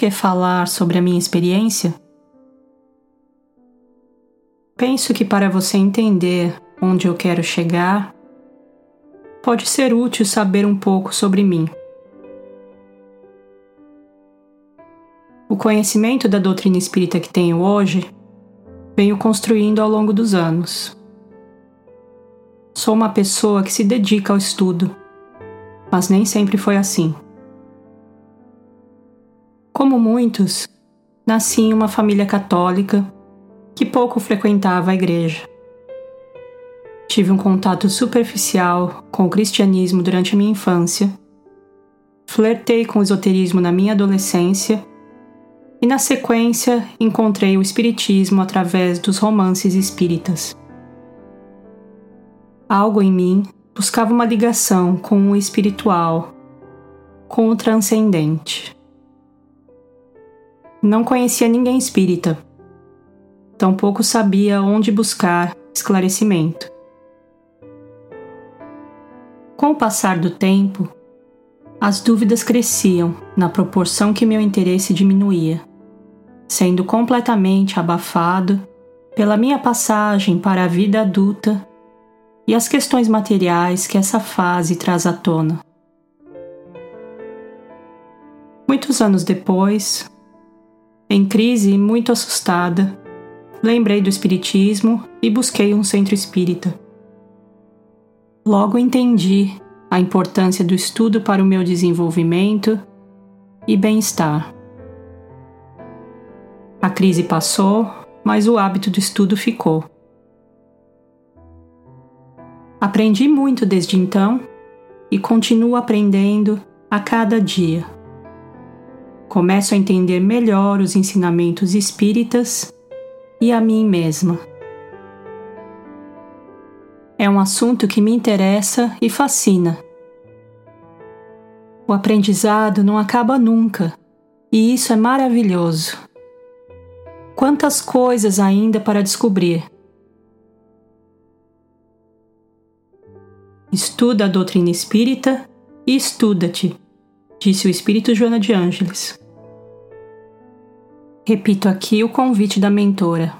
que falar sobre a minha experiência? Penso que para você entender onde eu quero chegar, pode ser útil saber um pouco sobre mim. O conhecimento da doutrina espírita que tenho hoje, venho construindo ao longo dos anos. Sou uma pessoa que se dedica ao estudo, mas nem sempre foi assim. Como muitos, nasci em uma família católica que pouco frequentava a igreja. Tive um contato superficial com o cristianismo durante a minha infância, flertei com o esoterismo na minha adolescência e, na sequência, encontrei o espiritismo através dos romances espíritas. Algo em mim buscava uma ligação com o espiritual, com o transcendente. Não conhecia ninguém espírita, tampouco sabia onde buscar esclarecimento. Com o passar do tempo, as dúvidas cresciam na proporção que meu interesse diminuía, sendo completamente abafado pela minha passagem para a vida adulta e as questões materiais que essa fase traz à tona. Muitos anos depois, em crise e muito assustada, lembrei do espiritismo e busquei um centro espírita. Logo entendi a importância do estudo para o meu desenvolvimento e bem-estar. A crise passou, mas o hábito do estudo ficou. Aprendi muito desde então e continuo aprendendo a cada dia. Começo a entender melhor os ensinamentos espíritas e a mim mesma. É um assunto que me interessa e fascina. O aprendizado não acaba nunca, e isso é maravilhoso. Quantas coisas ainda para descobrir. Estuda a doutrina espírita e estuda-te, disse o espírito Joana de Ângeles. Repito aqui o convite da mentora.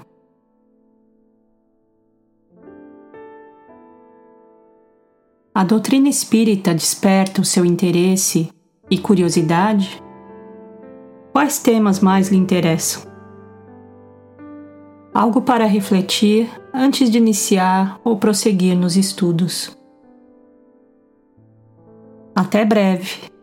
A doutrina espírita desperta o seu interesse e curiosidade? Quais temas mais lhe interessam? Algo para refletir antes de iniciar ou prosseguir nos estudos. Até breve!